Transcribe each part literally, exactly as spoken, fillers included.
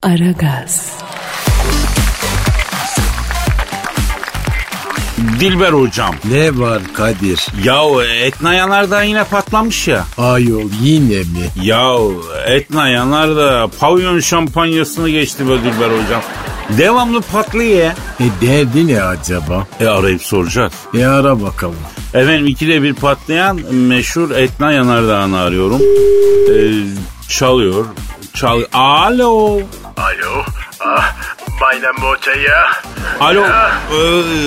Aragaz. Dilber hocam. Ne var Kadir? Yahu Etna Yanardağ yine patlamış ya. Ayol yine mi? Yahu Etna Yanardağ pavyon şampanyasını geçti be Dilber hocam. Devamlı patlıyor ya. E derdi ne acaba? E arayıp soracağız. E ara bakalım. Efendim ikide bir patlayan meşhur Etna Yanardağ'ını arıyorum. E, çalıyor. Çal. Alo. Alo. Ah, Bayram Mota'ya. Alo. E,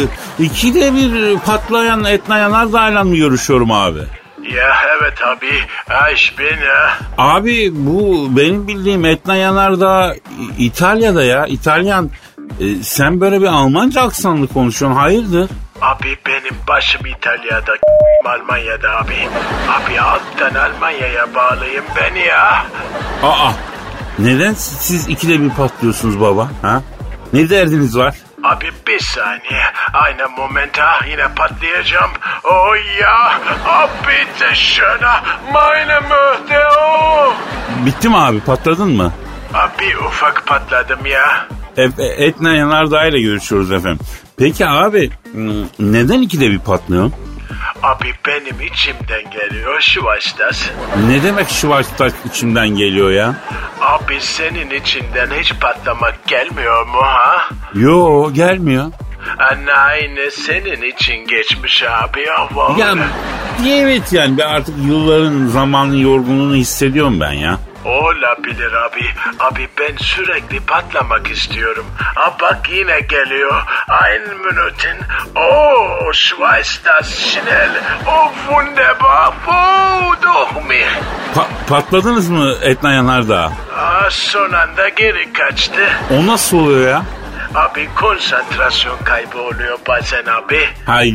ikide bir patlayan Etna Yanardağ'la mı görüşüyorum abi? Ya evet abi. Aş ben ya. Abi bu benim bildiğim Etna Yanardağ İtalya'da ya. İtalyan. E, sen böyle bir Almanca aksanlı konuşuyorsun. Hayırdır? Abi benim başım İtalya'da, Almanya'da abi. Abi alttan Almanya'ya bağlayayım beni ya. Aa, neden siz ikide bir patlıyorsunuz baba? Ha? Ne derdiniz var? Abi bir saniye. Aynı momenta yine patlayacağım. Oh ya. Abi de şöyle. Meine Möchte o. Bitti mi abi? Patladın mı? Abi ufak patladım ya. E, Etna Yanardağ ile görüşüyoruz efendim. Peki abi neden ikide bir patlıyor? Abi benim içimden geliyor Şuvaştas. Ne demek Şuvaştas içimden geliyor ya? Abi senin içinden hiç patlamak gelmiyor mu ha? Yo gelmiyor. Anne aynı senin için geçmiş abi ya vallahi. Ya evet yani ben artık yılların zamanın yorgunluğunu hissediyorum ben ya. Olabilir abi. Abi ben sürekli patlamak istiyorum. Ha bak yine geliyor. Ein Minuten. Oh, Schweiz schnell. Oh, wunderbar. Oh, durch mich. Pa- patladınız mı Etna Yanardağ? Aa, son anda geri kaçtı. O nasıl oluyor ya? Abi konsantrasyon kaybı oluyor bazen abi. Hay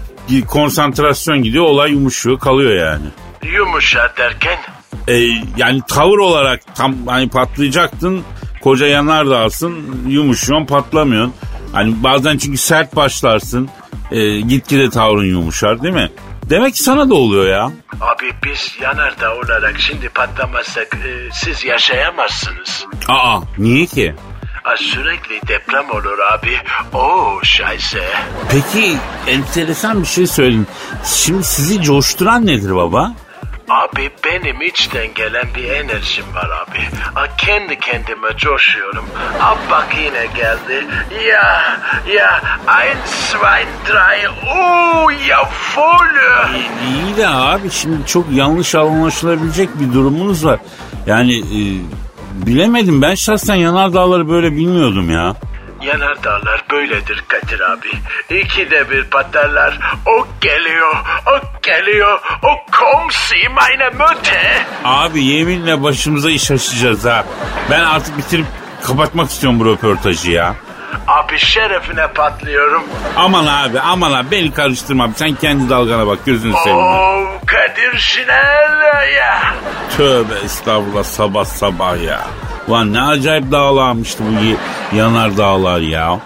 konsantrasyon gidiyor, olay yumuşuyor, kalıyor yani. Yumuşar derken? Ee, yani tavır olarak tam hani patlayacaktın, koca yanardağsın, yumuşuyorsun, patlamıyorsun. Hani bazen çünkü sert başlarsın, e, gitgide tavrın yumuşar değil mi? Demek ki sana da oluyor ya. Abi biz yanardağ olarak şimdi patlamazsak e, siz yaşayamazsınız. Aa, niye ki? Aa, sürekli deprem olur abi. Oo şayse. Peki enteresan bir şey söyleyeyim. Şimdi sizi coşturan nedir baba? Abi benim içten gelen bir enerjim var abi. A, kendi kendime coşuyorum. A, bak yine geldi. Ya ya ein, zwei, drei. Oo ya voll. İyi, iyi de abi şimdi çok yanlış anlaşılabilecek bir durumunuz var. Yani e, bilemedim, ben şahsen yanardağları böyle bilmiyordum ya. Yanardağlar böyledir Kadir abi. İkide bir patlarlar. O geliyor, o geliyor, o komsi meine Mütte. Abi yeminle başımıza iş açacağız ha. Ben artık bitirip kapatmak istiyorum bu röportajı ya. Abi şerefine patlıyorum. Aman abi aman abi beni karıştırma abi. Sen kendi dalgana bak, gözünü seveyim. Oo Kadir Şinel ya. Tövbe estağfurullah, sabah sabah ya. Ulan ne acayip dağlarmıştı bu y- yanar dağlar ya.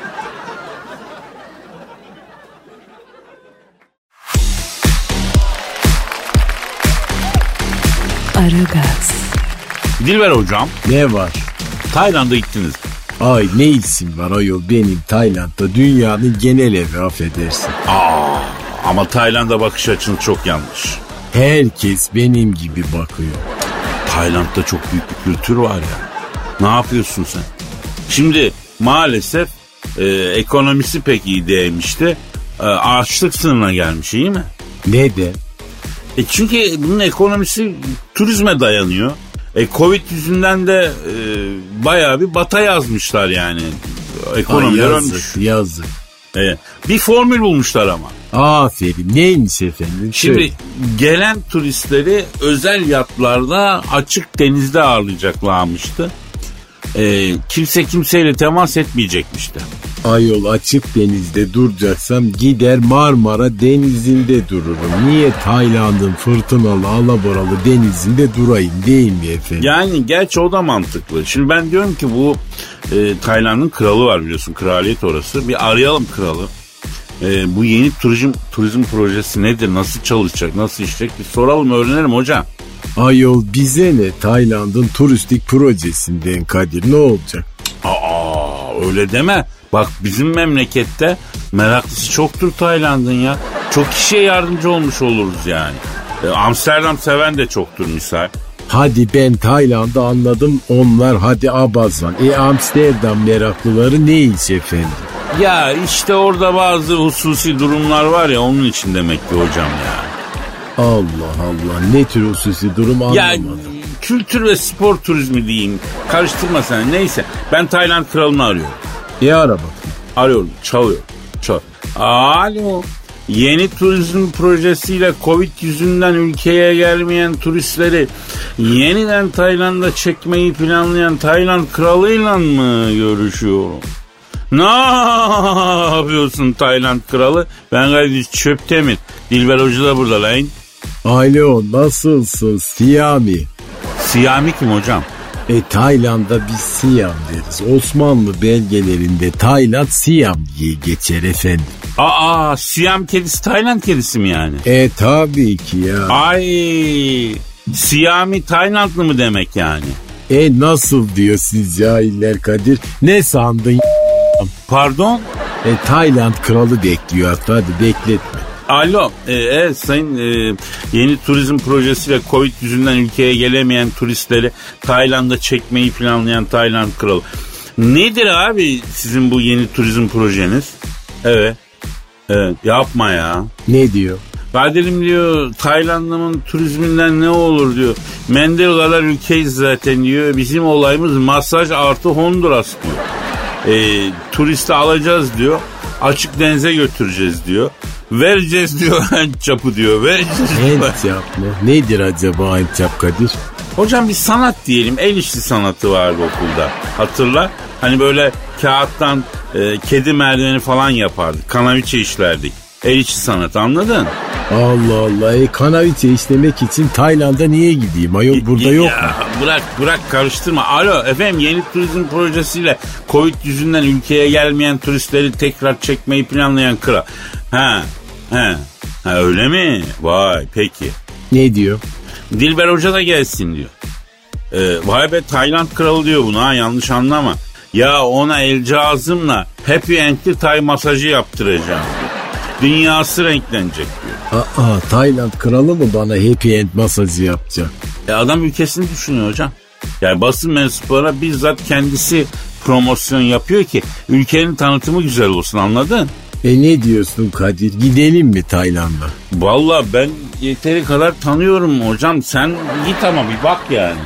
Aragaz. Dilber hocam. Ne var? Tayland'a gittiniz. Ay ne ilsin var ayol, benim Tayland'da dünyanın genel evi, affedersin. Aa, ama Tayland'a bakış açın çok yanlış. Herkes benim gibi bakıyor. Tayland'da çok büyük bir kültür var ya. Ne yapıyorsun sen? Şimdi maalesef e, ekonomisi pek iyi değilmiş de e, açlık sınırına gelmiş, iyi mi? Neden? E çünkü bunun ekonomisi turizme dayanıyor. E Covid yüzünden de e, bayağı bir bata yazmışlar yani. Ekonomiler Ay, ölmüş. yazık yazık. E, bir formül bulmuşlar ama. Aferin, neymiş efendim? Şimdi Şöyle. gelen turistleri özel yatlarda açık denizde ağırlayacaklarmıştı. E, kimse kimseyle temas etmeyecekmişti. Ayol açık denizde duracaksam gider Marmara denizinde dururum. Niye Tayland'ın fırtınalı alaboralı denizinde durayım, değil mi efendim? Yani gerçi o da mantıklı. Şimdi ben diyorum ki bu e, Tayland'ın kralı var biliyorsun, kraliyet orası. Bir arayalım kralı. E, bu yeni turizm turizm projesi nedir, nasıl çalışacak, nasıl işleyecek bir soralım, öğrenelim hocam. Ayol bize ne, Tayland'ın turistik projesinden Kadir, ne olacak? Aa öyle deme. Bak bizim memlekette meraklısı çoktur Tayland'ın ya. Çok kişiye yardımcı olmuş oluruz yani. E, Amsterdam seven de çoktur misal. Hadi ben Tayland'ı anladım, onlar hadi Abazan. E Amsterdam meraklıları ne iş efendim? Ya işte orada bazı hususi durumlar var ya, onun için demek ki hocam ya. Allah Allah, ne tür hususi durum anlamadım. Ya kültür ve spor turizmi diyeyim. Karıştırma sen. Neyse ben Tayland kralını arıyorum. E ara bakayım. Arıyorum, çalıyor. Çal. Alo. Yeni turizm projesiyle Covid yüzünden ülkeye gelmeyen turistleri yeniden Tayland'a çekmeyi planlayan Tayland kralıyla mı görüşüyorum? Ne yapıyorsun Tayland kralı? Ben gayet Çöptemir. Dilber Hoca da burada lan. Alo, nasılsın Siyami? Siyami kim hocam? E Tayland'da biz Siyam deriz. Osmanlı belgelerinde Tayland Siyam diye geçer efendim. Aa, Siyam kedisi Tayland kedisi mi yani? E tabii ki ya. Ay, Siyami Taylandlı mı demek yani? E nasıl diyor siz cahiller Kadir? Ne sandın? Pardon? E Tayland kralı bekliyor hatta, hadi bekletme. Alo, e, evet sayın, e, yeni turizm projesiyle Covid yüzünden ülkeye gelemeyen turistleri Tayland'a çekmeyi planlayan Tayland kralı. Nedir abi sizin bu yeni turizm projeniz? Evet, evet yapma ya. Ne diyor? Kadir'im diyor, Tayland'ın turizminden ne olur diyor. Menderolar ülkeyiz zaten diyor. Bizim olayımız masaj artı Honduras diyor. E, turisti alacağız diyor. Açık denize götüreceğiz diyor. Vereceğiz diyor handçapı diyor. Vereceğiz diyor. Handçap mı? Nedir acaba handçap Kadir? Hocam bir sanat diyelim. El işi sanatı vardı okulda. Hatırla. Hani böyle kağıttan e, kedi merdiveni falan yapardık. Kanaviçe işlerdik. El işi sanatı, anladın? Allah Allah. E kanaviçe işlemek için Tayland'a niye gideyim? Ayol burada ya, yok mu? Bırak bırak karıştırma. Alo efendim, yeni turizm projesiyle Covid yüzünden ülkeye gelmeyen turistleri tekrar çekmeyi planlayan kral. Ha, ha, ha öyle mi? Vay peki. Ne diyor? Dilber Hoca da gelsin diyor. Ee, vay be, Tayland kralı diyor buna, ha, yanlış anlama. Ya ona el cazımla happy end'li Tay masajı yaptıracağım diyor. Dünyası renklenecek diyor. Aa, Tayland kralı mı bana happy end masajı yapacak? E adam ülkesini düşünüyor hocam. Yani basın mensuplarına bizzat kendisi promosyon yapıyor ki ülkenin tanıtımı güzel olsun, anladın? E ne diyorsun Kadir? Gidelim mi Tayland'a? Vallahi ben yeteri kadar tanıyorum hocam. Sen git ama bir bak yani.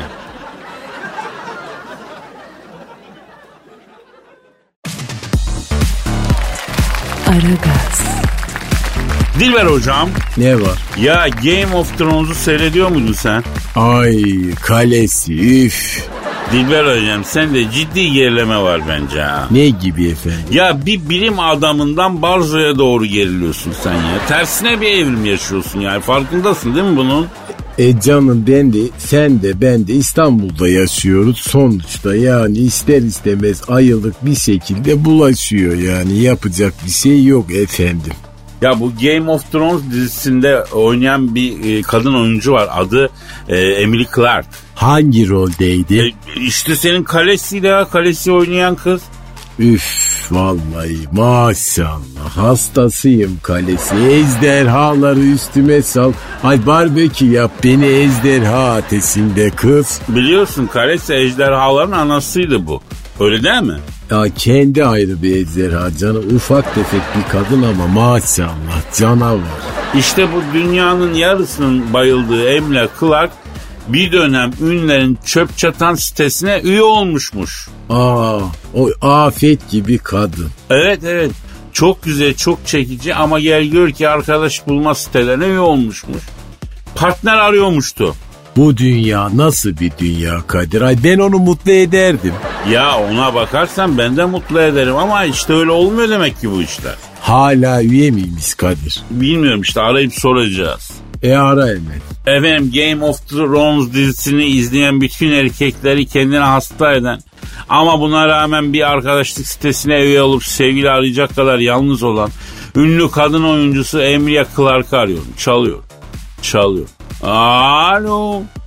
Aragaz. Dilber hocam. Ne var? Ya Game of Thrones'u seyrediyor muydun sen? Ay kalesi üf. Dilber hocam sende ciddi gerileme var bence ha. Ne gibi efendim? Ya bir bilim adamından Barzo'ya doğru geriliyorsun sen ya. Tersine bir evrim yaşıyorsun yani, farkındasın değil mi bunun? E canım, ben de sen de ben de İstanbul'da yaşıyoruz sonuçta, yani ister istemez ayılık bir şekilde bulaşıyor, yani yapacak bir şey yok efendim. Ya bu Game of Thrones dizisinde oynayan bir e, kadın oyuncu var, adı e, Emily Clark. Hangi roldeydi? E, işte senin kalesiyle ya, kalesi oynayan kız. Üf vallahi maşallah, hastasıyım kalesi. Ejderhaları üstüme sal. Ay barbekü yap beni ejderha ateşinde kız. Biliyorsun kalesi ejderhaların anasıydı bu. Öyle değil mi? Ya kendi ayrı bir ejderha canım. Ufak tefek bir kadın ama maşallah canavar. İşte bu dünyanın yarısının bayıldığı Emily Clark bir dönem ünlülerin çöp çatan sitesine üye olmuşmuş. Aa, o afet gibi kadın. Evet evet, çok güzel, çok çekici ama gel gör ki arkadaş bulma sitelerine üye olmuşmuş. Partner arıyormuştu. Bu dünya nasıl bir dünya Kadir? Ay ben onu mutlu ederdim. Ya ona bakarsan ben de mutlu ederim ama işte öyle olmuyor demek ki bu işler. Hala üye miymiş Kadir? Bilmiyorum, işte arayıp soracağız. E ara hemen. Efendim, Game of Thrones dizisini izleyen bütün erkekleri kendine hasta eden ama buna rağmen bir arkadaşlık sitesine üye olup sevgili arayacak kadar yalnız olan ünlü kadın oyuncusu Emilia Clarke'ı arıyorum. Çalıyor. Çalıyor. Alo.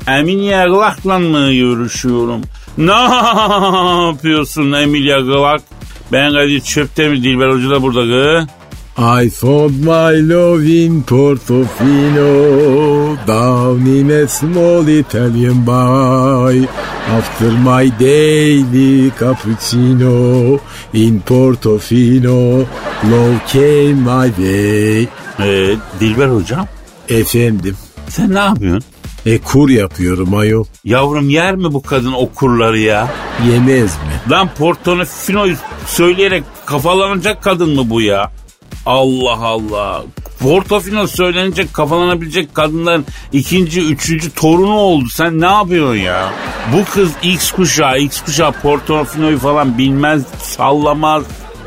Emilia Clarke'la mı görüşüyorum? Ne yapıyorsun Emilia Clarke? Ben Kadir Çöptemir, Dilber Hoca da burada kız. I found my love in Portofino, down in a small Italian bar. After my daily cappuccino, in Portofino, love came my way. Ee, Dilber Hocam. Efendim? Sen ne yapıyorsun? E kur yapıyorum ayol. Yavrum yer mi bu kadın o kurları ya? Yemez mi? Lan Portofino'yu söyleyerek kafalanacak kadın mı bu ya? Allah Allah. Portofino söylenecek, kafalanabilecek kadınların ikinci, üçüncü torunu oldu. Sen ne yapıyorsun ya? Bu kız X kuşağı, X kuşağı Portofino'yu falan bilmez, sallamaz.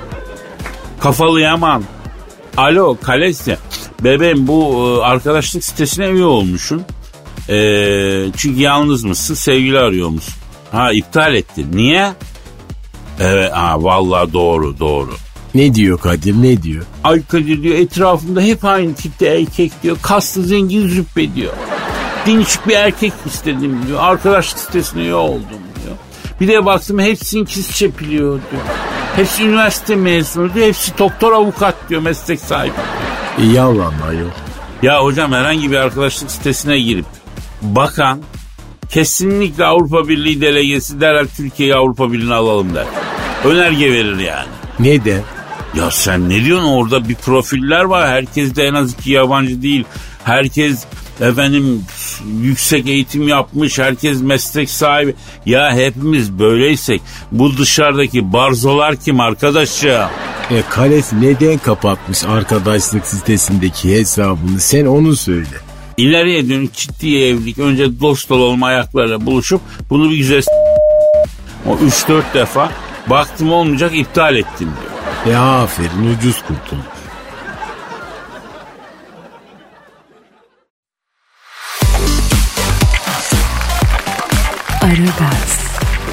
Kafalayamam. Alo Kalesya. Bebeğim bu arkadaşlık sitesine üye olmuşsun. Ee, çünkü yalnız mısın? Sevgili arıyor musun? Ha iptal ettin. Niye? Evet ha vallahi doğru doğru. Ne diyor Kadir ne diyor? Ay Kadir diyor etrafımda hep aynı tipte erkek diyor. Kaslı zengin züppe diyor. Dinçik bir erkek istedim diyor. Arkadaşlık sitesine üye oldum diyor. Bir de baktım hepsinkisi çepiliyor diyor. Hepsi üniversite mezunu diyor. Hepsi doktor avukat diyor, meslek sahibi diyor. E, yalan ayol. Ya hocam herhangi bir arkadaşlık sitesine girip bakan kesinlikle Avrupa Birliği delegesi derhal Türkiye'yi Avrupa Birliği'ne alalım der. Önerge verir yani. Neden? Ya sen ne diyorsun, orada bir profiller var. Herkes de en az iki yabancı değil. Herkes efendim yüksek eğitim yapmış. Herkes meslek sahibi. Ya hepimiz böyleysek bu dışarıdaki barzolar kim arkadaşım? E Kales neden kapatmış arkadaşlık sitesindeki hesabını? Sen onu söyle. İleriye dönük ciddi evlilik. Önce dost olalım ayaklarıyla buluşup bunu bir güzel o üç dört defa baktım olmayacak iptal ettim diyor. Ya aferin ucuz kurtulmuş. Aragaz.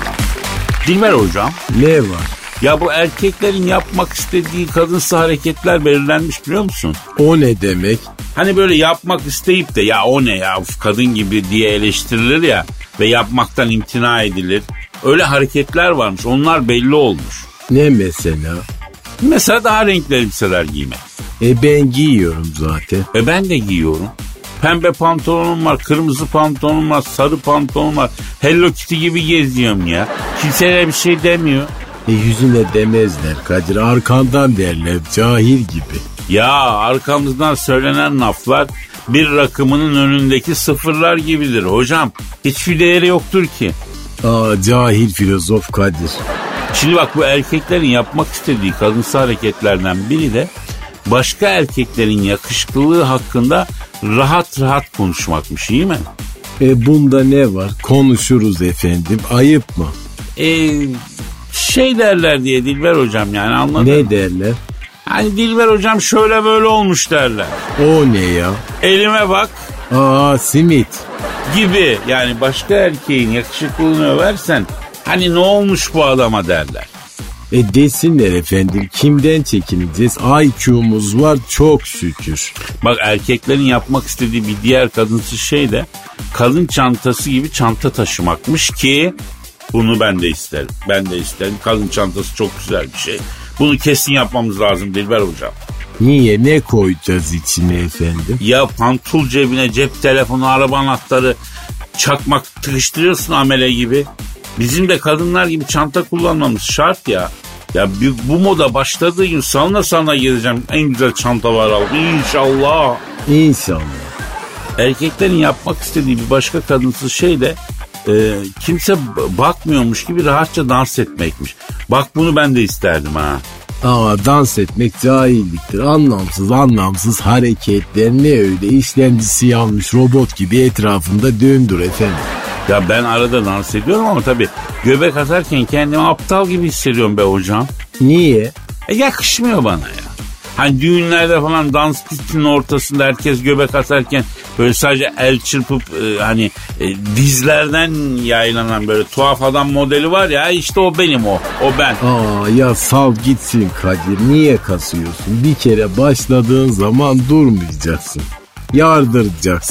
Dilber hocam. Ne var? Ya bu erkeklerin yapmak istediği kadınsı hareketler belirlenmiş biliyor musun? O ne demek? Hani böyle yapmak isteyip de ya o ne ya kadın gibi diye eleştirilir ya ve yapmaktan imtina edilir. Öyle hareketler varmış, onlar belli olmuş. Ne mesela? Mesela daha renkli elbiseler giymek. E ben giyiyorum zaten. E ben de giyiyorum. Pembe pantolonum var, kırmızı pantolonum var, sarı pantolonum var. Hello Kitty gibi geziyorum ya. Kimseler bir şey demiyor. E yüzüne demezler Kadir, arkandan derler, cahil gibi. Ya arkamızdan söylenen laflar bir rakımının önündeki sıfırlar gibidir hocam. Hiçbir değeri yoktur ki. Aa cahil filozof Kadir. Şimdi bak bu erkeklerin yapmak istediği kadınsı hareketlerden biri de başka erkeklerin yakışıklılığı hakkında rahat rahat konuşmakmış, iyi mi? E bunda ne var? Konuşuruz efendim. Ayıp mı? E, şey derler diye Dilber hocam, yani anladın mı? Ne derler? Hani Dilber hocam şöyle böyle olmuş derler. O ne ya? Elime bak. Aa simit. Gibi yani başka erkeğin yakışıklılığını översen hani ne olmuş bu adama derler. E desinler efendim, kimden çekineceğiz? I Q'muz var çok şükür. Bak erkeklerin yapmak istediği bir diğer kadınsı şey de kadın çantası gibi çanta taşımakmış ki bunu ben de isterim. Ben de isterim. Kadın çantası çok güzel bir şey. Bunu kesin yapmamız lazım Dilber hocam. Niye? Ne koyacağız içine efendim? Ya pantul cebine cep telefonu, araba anahtarı, çakmak tıkıştırıyorsun amele gibi. Bizim de kadınlar gibi çanta kullanmamız şart ya. Ya bu moda başladığı gün salına salına gezeceğim. En güzel çanta var abi. İnşallah. İnşallah. Erkeklerin yapmak istediği bir başka kadınsı şey de e, kimse bakmıyormuş gibi rahatça dans etmekmiş. Bak bunu ben de isterdim ha. Aa dans etmek cahilliktir. Anlamsız anlamsız hareketler ne öyle, işlemcisi yanmış robot gibi etrafında döndür efendim. Ya ben arada dans ediyorum ama tabii göbek atarken kendimi aptal gibi hissediyorum be hocam. Niye? E yakışmıyor bana ya. Hani düğünlerde falan dans pistinin ortasında herkes göbek atarken böyle sadece el çırpıp e, hani e, dizlerden yaylanan böyle tuhaf adam modeli var ya, işte o benim o. O ben. Aa ya sal gitsin Kadir, niye kasıyorsun? Bir kere başladığın zaman durmayacaksın. Yardıracaksın.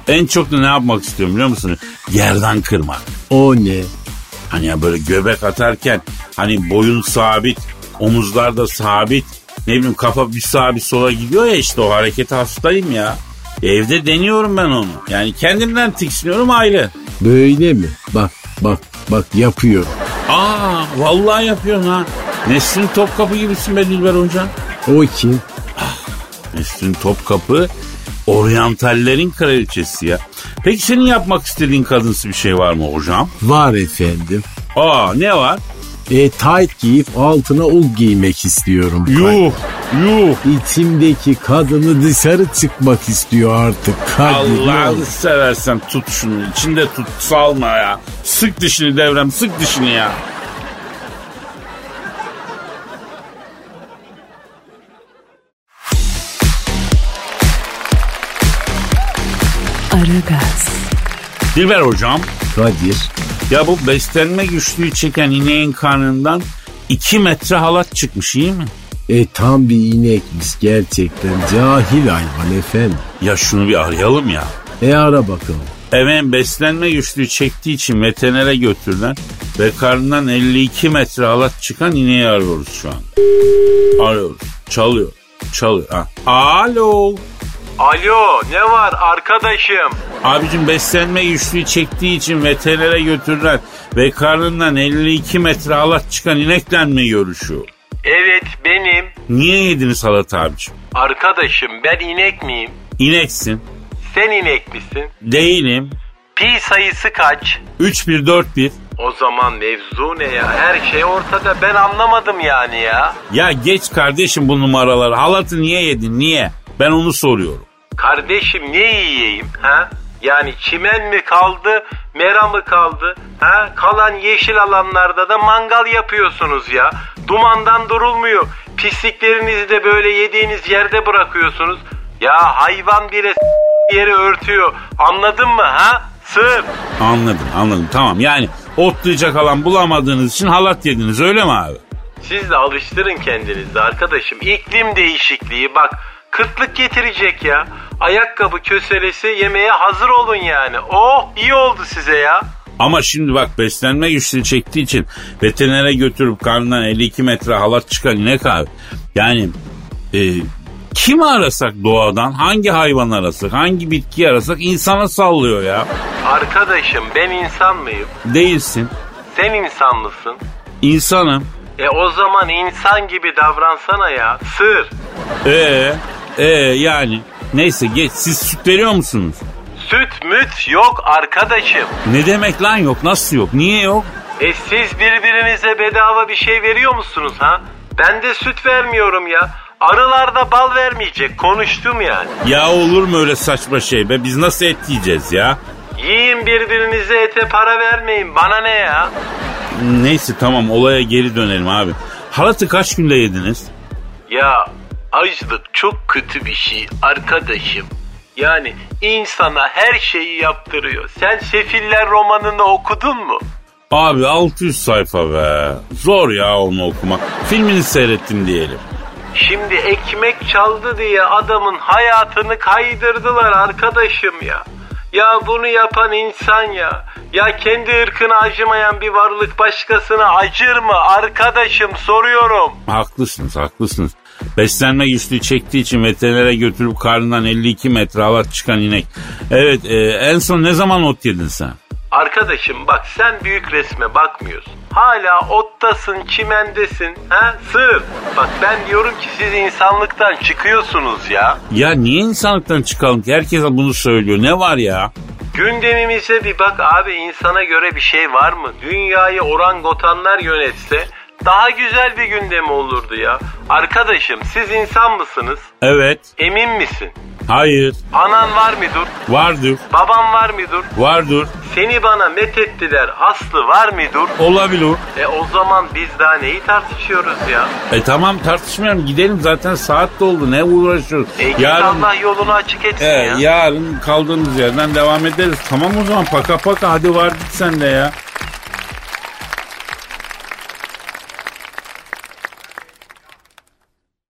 En çok da ne yapmak istiyorum biliyor musun? Yerden kırmak. O ne? Hani ya böyle göbek atarken hani boyun sabit, omuzlar da sabit. Ne bileyim kafa bir sağa bir sola gidiyor ya, işte o harekete hastayım ya. Evde deniyorum ben onu. Yani kendimden tiksiniyorum ayrı. Böyle mi? Bak bak bak yapıyor. Aa vallahi yapıyorsun ha. Nesrin Topkapı gibisin be Dilber hocam. O kim? Nesrin Topkapı oryantallerin kraliçesi ya. Peki senin yapmak istediğin kadınsı bir şey var mı hocam? Var efendim. Aa ne var? E tight giyip altına ul giymek istiyorum. Yuh yuh. İçimdeki kadını dışarı çıkmak istiyor artık. Allah'ını seversen tut şunu. İçinde tut, salma ya. Sık dişini Devrem, sık dişini ya. Aragaz. Dilber hocam. Kadir. Ya bu beslenme güçlüğü çeken ineğin karnından iki metre halat çıkmış, iyi mi? E tam bir inekmiş gerçekten. Cahil hayvan efendim. Ya şunu bir arayalım ya. E ara bakalım. Efendim beslenme güçlüğü çektiği için veterinere götürülen ve karnından elli iki metre halat çıkan ineği arıyoruz şu an. Arıyoruz. Çalıyor. Çalıyor. Ha. Alo. Alo, ne var arkadaşım? Abicim beslenme güçlüğü çektiği için veterinere götürülen ve karnından elli iki metre halat çıkan inekle mi görüşüyor? Evet benim. Niye yediniz halat abicim? Arkadaşım ben inek miyim? İneksin. Sen inek misin? Değilim. Pi sayısı kaç? üç bir dört bir. O zaman mevzu ne ya? Her şey ortada, ben anlamadım yani ya. Ya geç kardeşim bu numaraları. Halatı niye yedin, niye? Ben onu soruyorum. Kardeşim ne yiyeyim ha? Yani çimen mi kaldı, mera mı kaldı? Ha? Kalan yeşil alanlarda da mangal yapıyorsunuz ya. Dumandan durulmuyor. Pisliklerinizi de böyle yediğiniz yerde bırakıyorsunuz. Ya hayvan bile s- yeri örtüyor. Anladın mı ha? Sır. Anladım anladım tamam, yani otlayacak alan bulamadığınız için halat yediniz, öyle mi abi? Siz de alıştırın kendinizi arkadaşım. İklim değişikliği bak kıtlık getirecek ya. Ayakkabı köselesi yemeye hazır olun yani. Oh iyi oldu size ya. Ama şimdi bak beslenme güçlüğü çektiği için veterinere götürüp karnından elli iki metre halat çıkan inek abi. Yani e, kimi arasak doğadan, hangi hayvan arasak, hangi bitki arasak insana sallıyor ya. Arkadaşım ben insan mıyım? Değilsin. Sen insan mısın? İnsanım. E o zaman insan gibi davransana ya. Sır. Ee, ee yani neyse geç, siz süt veriyor musunuz? Süt müt yok arkadaşım. Ne demek lan yok, nasıl yok, niye yok? E siz birbirinize bedava bir şey veriyor musunuz ha? Ben de süt vermiyorum ya. Arılar da bal vermeyecek, konuştum yani. Ya olur mu öyle saçma şey be, biz nasıl et yiyeceğiz ya? Yiyin birbirinize, ete para vermeyin, bana ne ya? Neyse tamam, olaya geri dönelim abi. Halatı kaç günde yediniz? Ya açlık çok kötü bir şey arkadaşım. Yani insana her şeyi yaptırıyor. Sen Sefiller romanını okudun mu? Abi altı yüz sayfa be. Zor ya onu okumak. Filmini seyrettim diyelim. Şimdi ekmek çaldı diye adamın hayatını kaydırdılar arkadaşım ya. Ya bunu yapan insan ya. Ya kendi ırkına acımayan bir varlık başkasına acır mı arkadaşım, soruyorum. Haklısınız haklısınız. Beslenme güçlüğü çektiği için veterinere götürüp karnından elli iki metre halat çıkan inek. Evet e, en son ne zaman ot yedin sen? Arkadaşım bak sen büyük resme bakmıyorsun. Hala ottasın, çimendesin. Ha? Sır. Bak ben diyorum ki siz insanlıktan çıkıyorsunuz ya. Ya niye insanlıktan çıkalım ki? Herkes bunu söylüyor. Ne var ya? Gündemimize bir bak abi, insana göre bir şey var mı? Dünyayı orangotanlar yönetse daha güzel bir gündemi olurdu ya. Arkadaşım siz insan mısınız? Evet. Emin misin? Hayır. Anan var mıdır? Vardır. Baban var mıdır? Vardır. Seni bana methettiler, aslı var mıdır? Olabilir. E o zaman biz daha neyi tartışıyoruz ya? E tamam tartışmayalım, gidelim zaten saat doldu, ne uğraşıyoruz? E git yarın, Allah yolunu açık etsin e, ya. Yarın kaldığımız yerden devam ederiz. Tamam o zaman, paka paka, hadi vardık sen de ya.